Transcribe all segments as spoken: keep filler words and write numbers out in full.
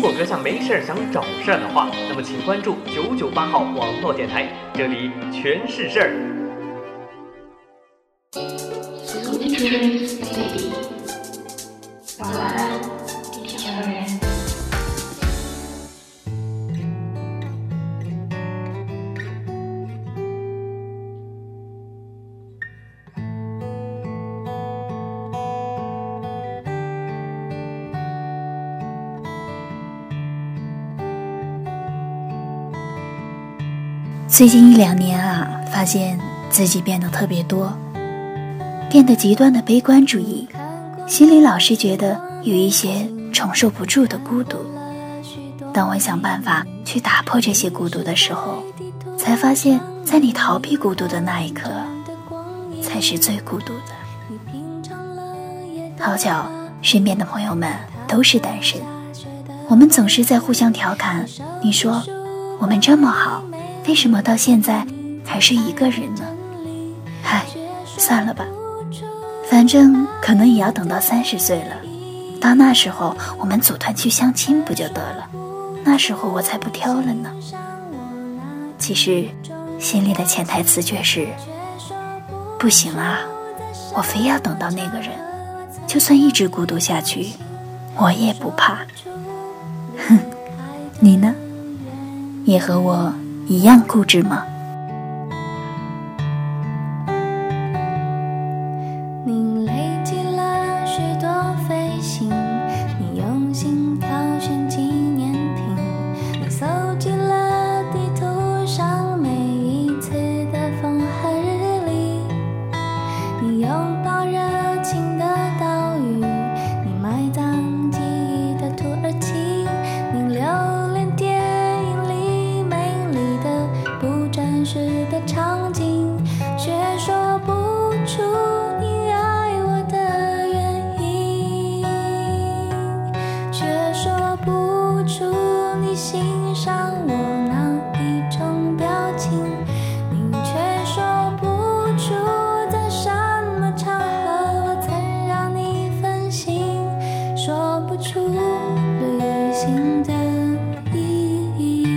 果阁下没事想找事儿的话，那么请关注九九八号网络电台，这里全是事儿。 晚安，地球人。 最近一两年啊，发现自己变得特别多，变得极端的悲观主义，心里老是觉得有一些承受不住的孤独。当我想办法去打破这些孤独的时候，才发现在你逃避孤独的那一刻，才是最孤独的。好巧，身边的朋友们都是单身，我们总是在互相调侃，你说我们这么好，为什么到现在还是一个人呢？唉，算了吧，反正可能也要等到三十岁了，到那时候我们组团去相亲不就得了？那时候我才不挑了呢。其实心里的潜台词却是，不行啊，我非要等到那个人，就算一直孤独下去，我也不怕。哼，你呢？也和我一样固执吗？ 你累积了许多飞行，你用心挑选纪念品，你搜集了地图上每一次的风和日丽，你拥抱热情的岛屿，你埋葬记忆的土耳其，你留恋电影里美丽的不真实的场景，却说不出你爱我的原因，却说不出你欣赏我哪一种表情，你却说不出在什么场合我曾让你分心，说不出旅行的意义。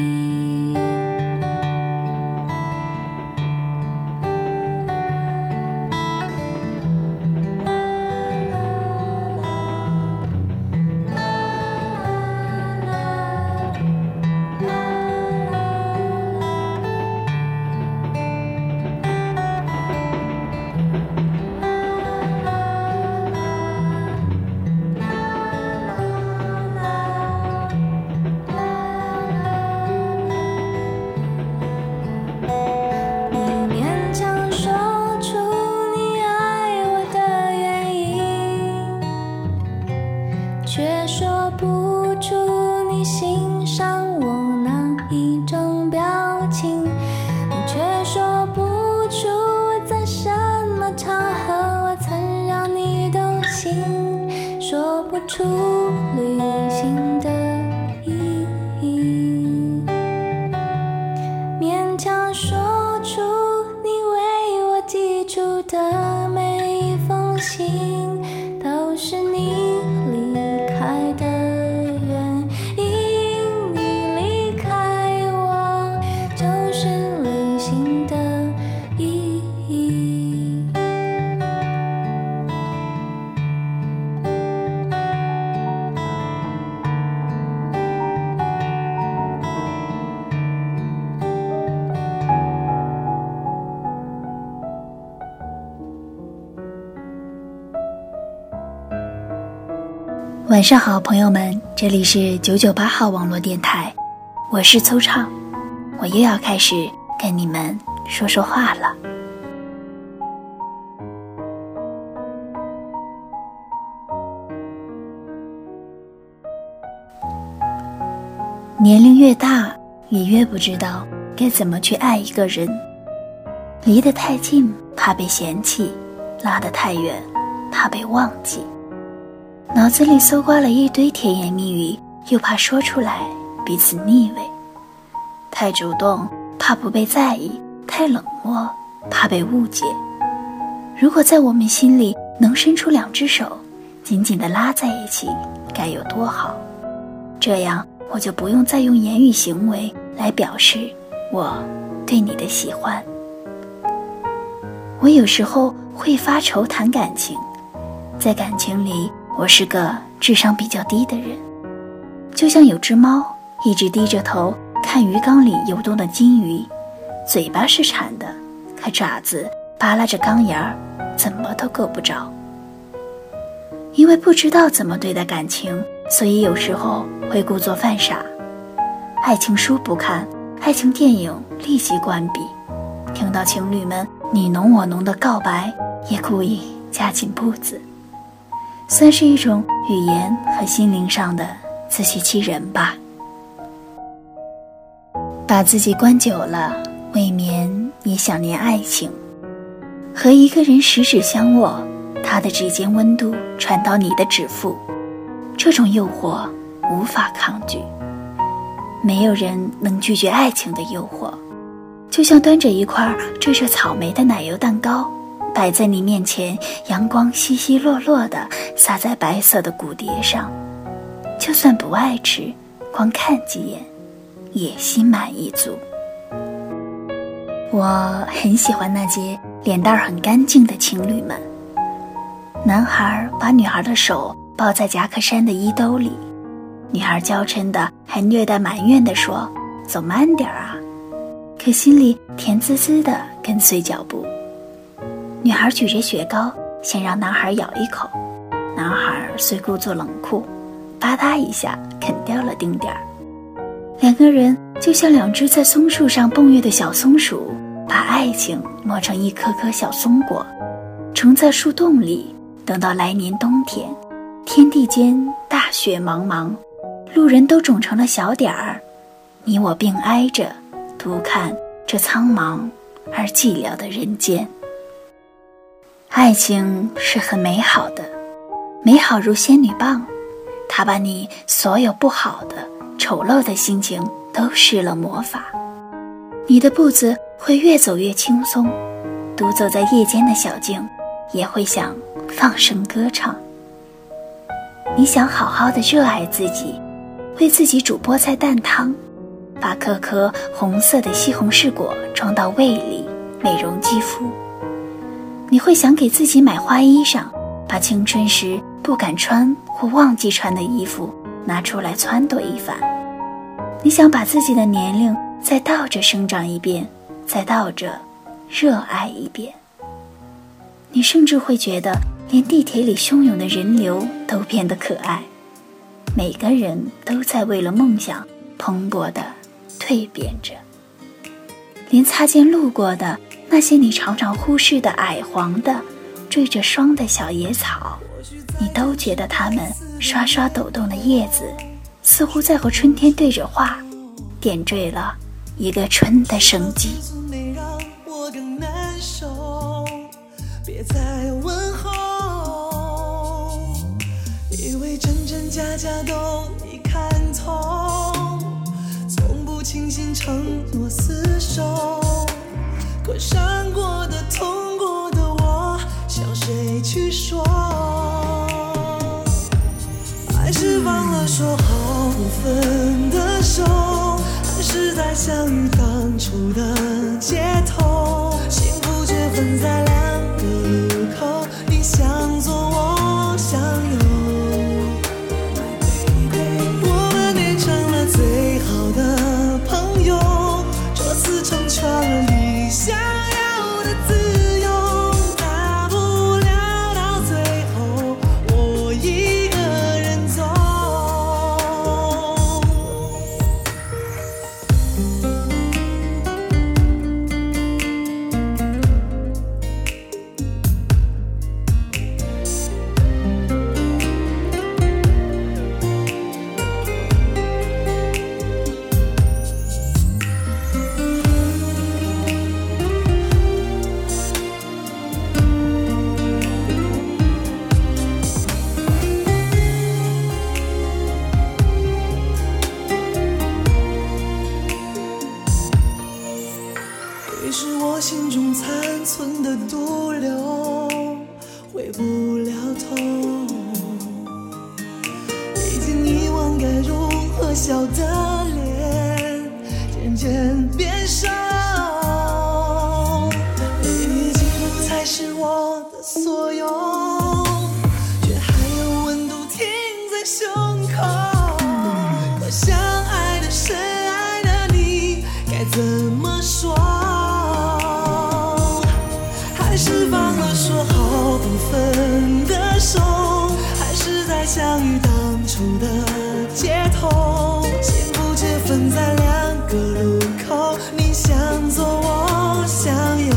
却说不出你欣赏我哪一种表情，你却说不出在什么场合我曾让你动心，说不出旅行的意义，勉强说出你为我寄出的每一封信都是你离开的原因，你离开我就是旅行的意义。 晚上好，朋友们，这里是九九八号网络电台，我是邹畅，我又要开始跟你们说说话了。年龄越大，你越不知道该怎么去爱一个人，离得太近怕被嫌弃，拉得太远怕被忘记，脑子里搜刮了一堆甜言蜜语，又怕说出来彼此腻味，太主动怕不被在意，太冷漠怕被误解。如果在我们心里能伸出两只手，紧紧地拉在一起，该有多好。这样我就不用再用言语行为来表示我对你的喜欢。我有时候会发愁谈感情，在感情里我是个智商比较低的人，就像有只猫一直低着头看鱼缸里游动的金鱼，嘴巴是馋的，可爪子扒拉着缸沿儿，怎么都够不着。因为不知道怎么对待感情，所以有时候会故作犯傻。爱情书不看，爱情电影立即关闭，听到情侣们你侬我侬的告白，也故意加紧步子，算是一种语言和心灵上的自欺欺人吧。把自己关久了，未免也想念爱情。和一个人十指相握，他的指尖温度传到你的指腹，这种诱惑无法抗拒。没有人能拒绝爱情的诱惑，就像端着一块缀着草莓的奶油蛋糕摆在你面前，阳光稀稀落落地洒在白色的骨碟上，就算不爱吃，光看几眼也心满意足。我很喜欢那些脸蛋很干净的情侣们，男孩把女孩的手抱在夹克衫的衣兜里，女孩娇嗔的还略带埋怨地说，走慢点啊，可心里甜滋滋的跟随脚步。女孩举着雪糕先让男孩咬一口，男孩虽故作冷酷，吧嗒一下啃掉了丁点儿。两个人就像两只在松树上蹦跃的小松鼠，把爱情磨成一颗颗小松果，种在树洞里，等到来年冬天，天地间大雪茫茫，路人都肿成了小点儿，你我并挨着，独看这苍茫而寂寥的人间。爱情是很美好的，美好如仙女棒，它把你所有不好的丑陋的心情都施了魔法，你的步子会越走越轻松，独走在夜间的小径也会想放声歌唱。你想好好的热爱自己，为自己煮菠菜蛋汤，把颗颗红色的西红柿果装到胃里，美容肌肤。你会想给自己买花衣裳，把青春时不敢穿或忘记穿的衣服拿出来撺掇一番。你想把自己的年龄再倒着生长一遍，再倒着热爱一遍。你甚至会觉得连地铁里汹涌的人流都变得可爱，每个人都在为了梦想蓬勃地蜕变着。连擦肩路过的那些你常常忽视的矮黄的缀着霜的小野草，你都觉得它们刷刷抖动的叶子似乎在和春天对着话，点缀了一个春的生机。 别再问候，以为真真假假都已看透，从不轻信承诺厮守，可伤过的痛过的我向谁去说？爱是放了说好不分的手，还是在相遇当初的街头，幸福却分在两个路口，你向左我向右，我们变成了最好的朋友，这次成全了你想要的自由，大不了到最后我一个人走。 笑的脸渐渐变瘦，你已经不再是我的所有，却还有温度停在胸口。可相爱的深爱的你该怎么说？还是放了说好不分的手，还是在相遇当初的街头，幸福却分在两个路口，你想走我想有，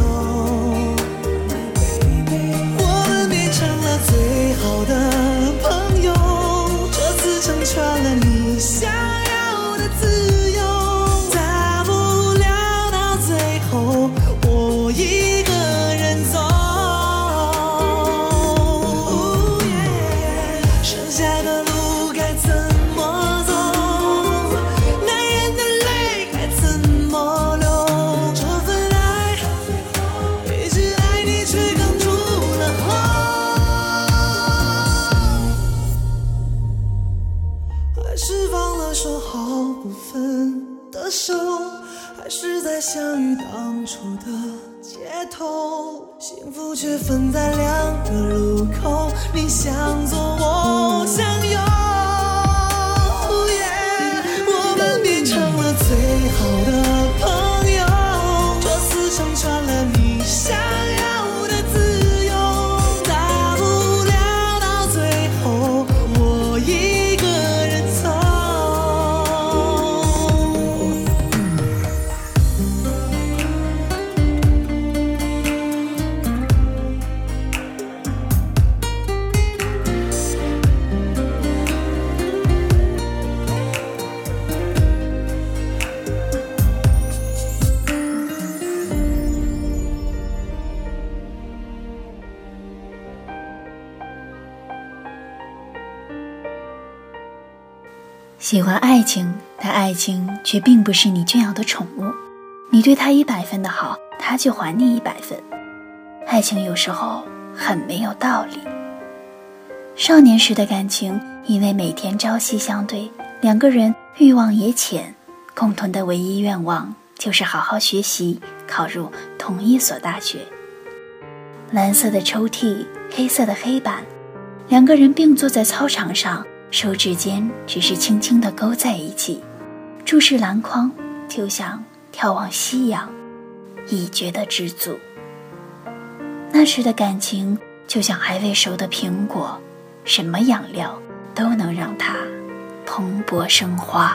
我们变成了最好的朋友，这次成全了你想要的自由，大不了到最后我一个人走，剩下的路该怎么走，男人的泪该怎么流，这份爱一直爱你却哽住了喉，还是放了说好不分的手，还是在相遇当初的街头，幸福却分在两个路口，你想走我想有，我们变成了最好的朋友，这次成全了你想要的自由，大不了到最后我一个人走。 喜欢爱情，但爱情却并不是你圈养的宠物，你对他一百分的好，他就还你一百分。爱情有时候很没有道理。少年时的感情，因为每天朝夕相对，两个人欲望也浅，共同的唯一愿望就是好好学习，考入同一所大学。蓝色的抽屉，黑色的黑板，两个人并坐在操场上，手指间只是轻轻地勾在一起，注视篮筐，就像眺望夕阳，已觉得知足。那时的感情就像还未熟的苹果，什么养料都能让它蓬勃生花。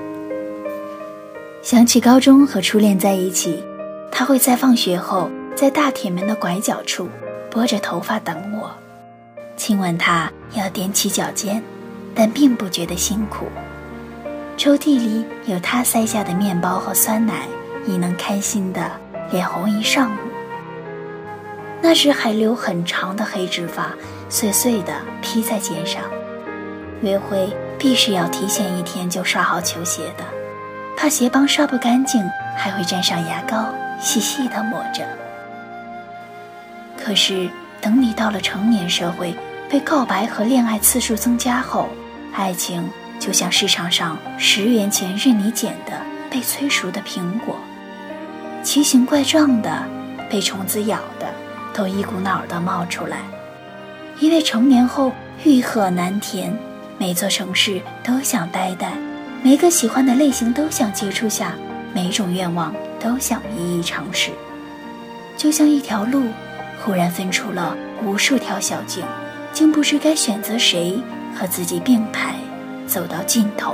想起高中和初恋在一起，他会在放学后在大铁门的拐角处拨着头发等我，亲吻他要踮起脚尖，但并不觉得辛苦。抽屉里有他塞下的面包和酸奶，已能开心的脸红一上午。那时还留很长的黑直发，碎碎的披在肩上。约会必须要提前一天就刷好球鞋的，怕鞋帮刷不干净，还会沾上牙膏，细细的抹着。可是等你到了成年社会，被告白和恋爱次数增加后，爱情就像市场上十元钱任你捡的被催熟的苹果，奇形怪状的，被虫子咬的都一股脑的冒出来。因为成年后欲壑难填，每座城市都想待待，每个喜欢的类型都想接触下，每种愿望都想一一尝试。就像一条路忽然分出了无数条小径，竟不知该选择谁和自己并排走到尽头。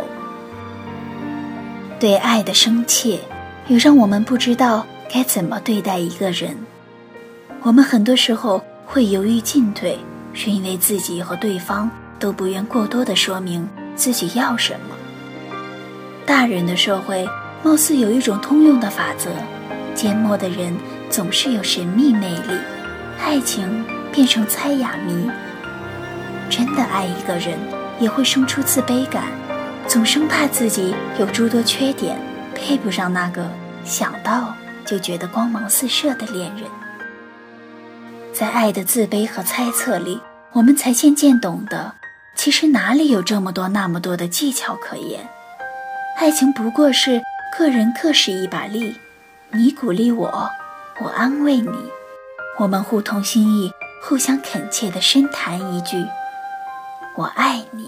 对爱的深切，有让我们不知道该怎么对待一个人。我们很多时候会犹豫进退，是因为自己和对方都不愿过多地说明自己要什么。大人的社会貌似有一种通用的法则，缄默的人总是有神秘魅力，爱情变成猜哑谜。真的爱一个人也会生出自卑感，总生怕自己有诸多缺点，配不上那个想到就觉得光芒四射的恋人。在爱的自卑和猜测里，我们才渐渐懂得，其实哪里有这么多那么多的技巧可言。 爱情不过是个人各使一把力，你鼓励我，我安慰你，我们互通心意，互相恳切地深谈一句我爱你。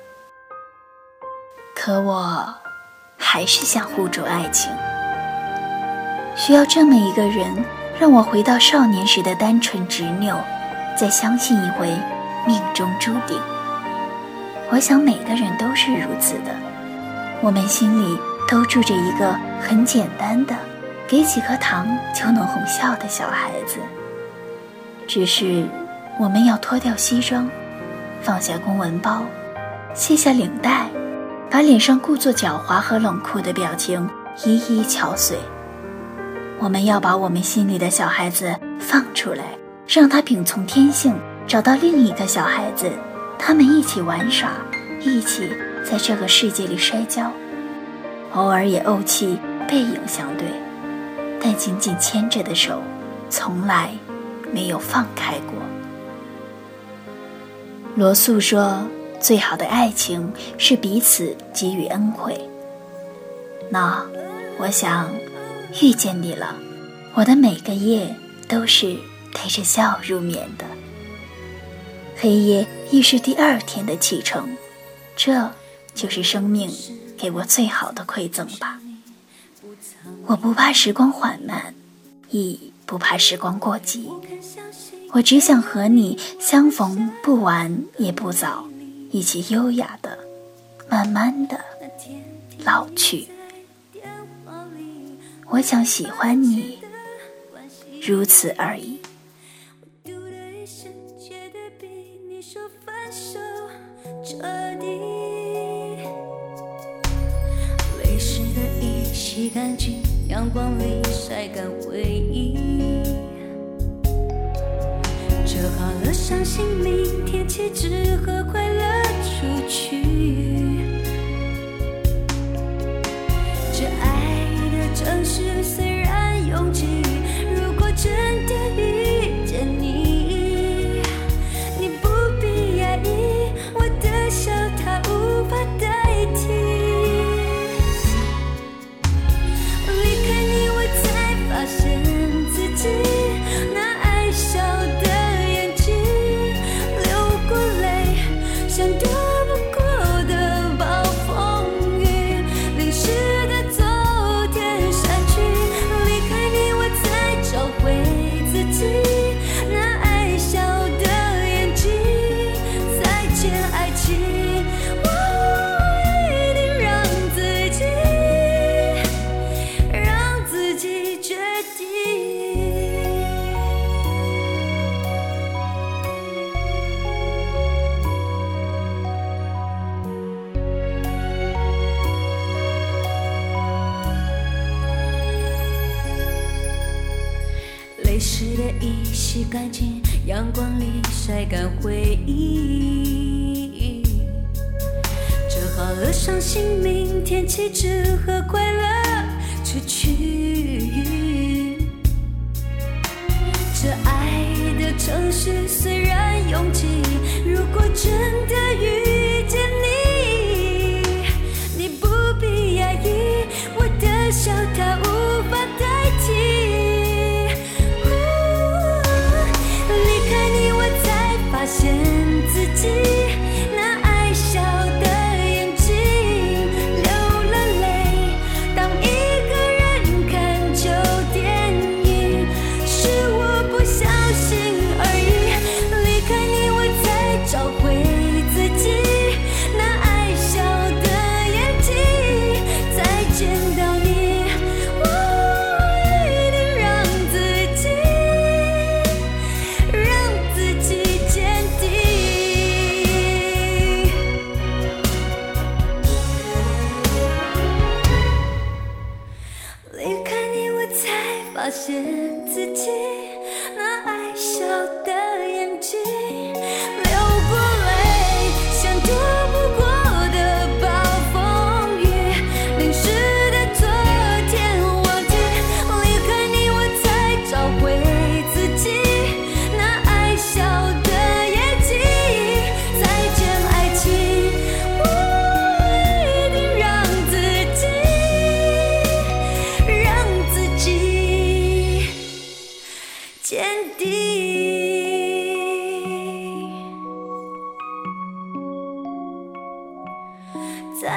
可我还是想护住爱情，需要这么一个人，让我回到少年时的单纯执拗，再相信一回命中注定。我想每个人都是如此的，我们心里都住着一个很简单的，给几颗糖就能哄笑的小孩子，只是我们要脱掉西装，放下公文包，卸下领带，把脸上故作狡猾和冷酷的表情一一敲碎。我们要把我们心里的小孩子放出来，让他秉从天性，找到另一个小孩子，他们一起玩耍，一起在这个世界里摔跤，偶尔也怄气背影相对，但紧紧牵着的手从来没有放开过。罗素说，最好的爱情是彼此给予恩惠。那我想遇见你了，我的每个夜都是带着笑入眠的。黑夜亦是第二天的启程，这就是生命给我最好的馈赠吧。我不怕时光缓慢，亦不怕时光过急，我只想和你相逢不晚也不早，一起优雅的慢慢的老去。我想喜欢你，如此而已。 泪湿的衣洗干净，阳光里晒干回忆，折好了伤心，明天起只和快乐出去。这爱的城市虽然拥挤，如果真的遇见你，你不必压抑，我的笑它无法代替。离开你我才发现自己那爱笑的眼睛，流过泪像躲不过的暴风雨，淋湿的昨天删去。离开你我才找回自己那爱笑的眼睛。再见爱情，我一定让自己让自己决定。泪湿的衣洗干净，阳光里晒干回忆，折好了伤心，明天起只和快乐出去。这爱的城市虽然拥挤，如果真的遇见你，你不必压抑，我的笑它无法代替。离开你我才发现自己那爱笑的眼睛，流了泪，当一个人看旧电影，是我不小心而已。离开你我才找回自己那爱笑的眼睛。再见到你，我一定让自己让自己坚定。离开你我才发现自己那爱笑的眼睛，流过泪像躲不过的暴风雨，淋湿的昨天忘记。离开你我才找回自己那爱笑的眼睛。再见爱情，我一定让自己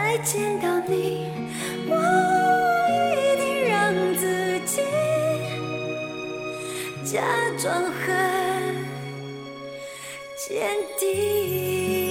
再见到你，我一定让自己假装很坚定。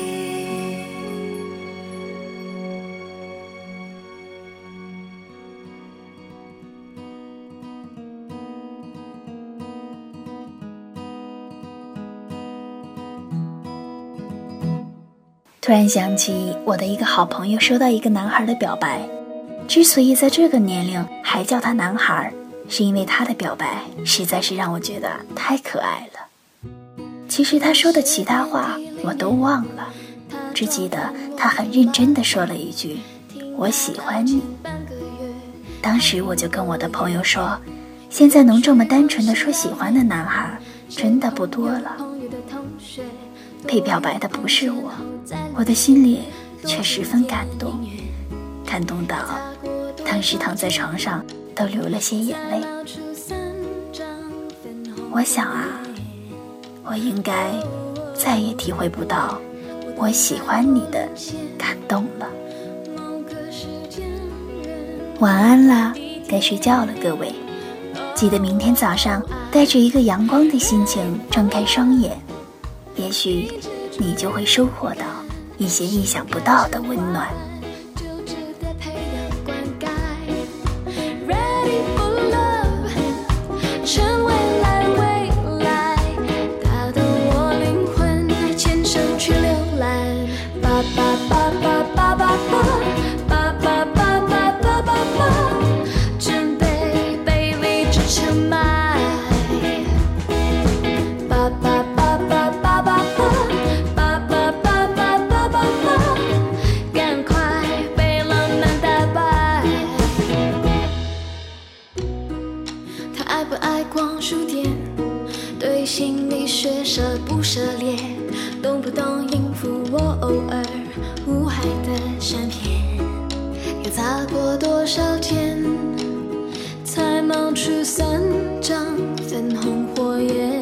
突然想起我的一个好朋友收到一个男孩的表白，之所以在这个年龄还叫他男孩，是因为他的表白实在是让我觉得太可爱了。其实他说的其他话我都忘了，只记得他很认真地说了一句我喜欢你。当时我就跟我的朋友说，现在能这么单纯地说喜欢的男孩真的不多了。被表白的不是我，我的心里却十分感动，感动到当时躺在床上都流了些眼泪。我想啊，我应该再也体会不到我喜欢你的感动了。晚安啦，该睡觉了各位，记得明天早上带着一个阳光的心情睁开双眼，也许你就会收获到一些意想不到的温暖。 爱不爱逛书店，对心理学涉不涉猎，懂不懂应付我偶尔无害的闪片，又砸过多少天，才冒出三张粉红火焰。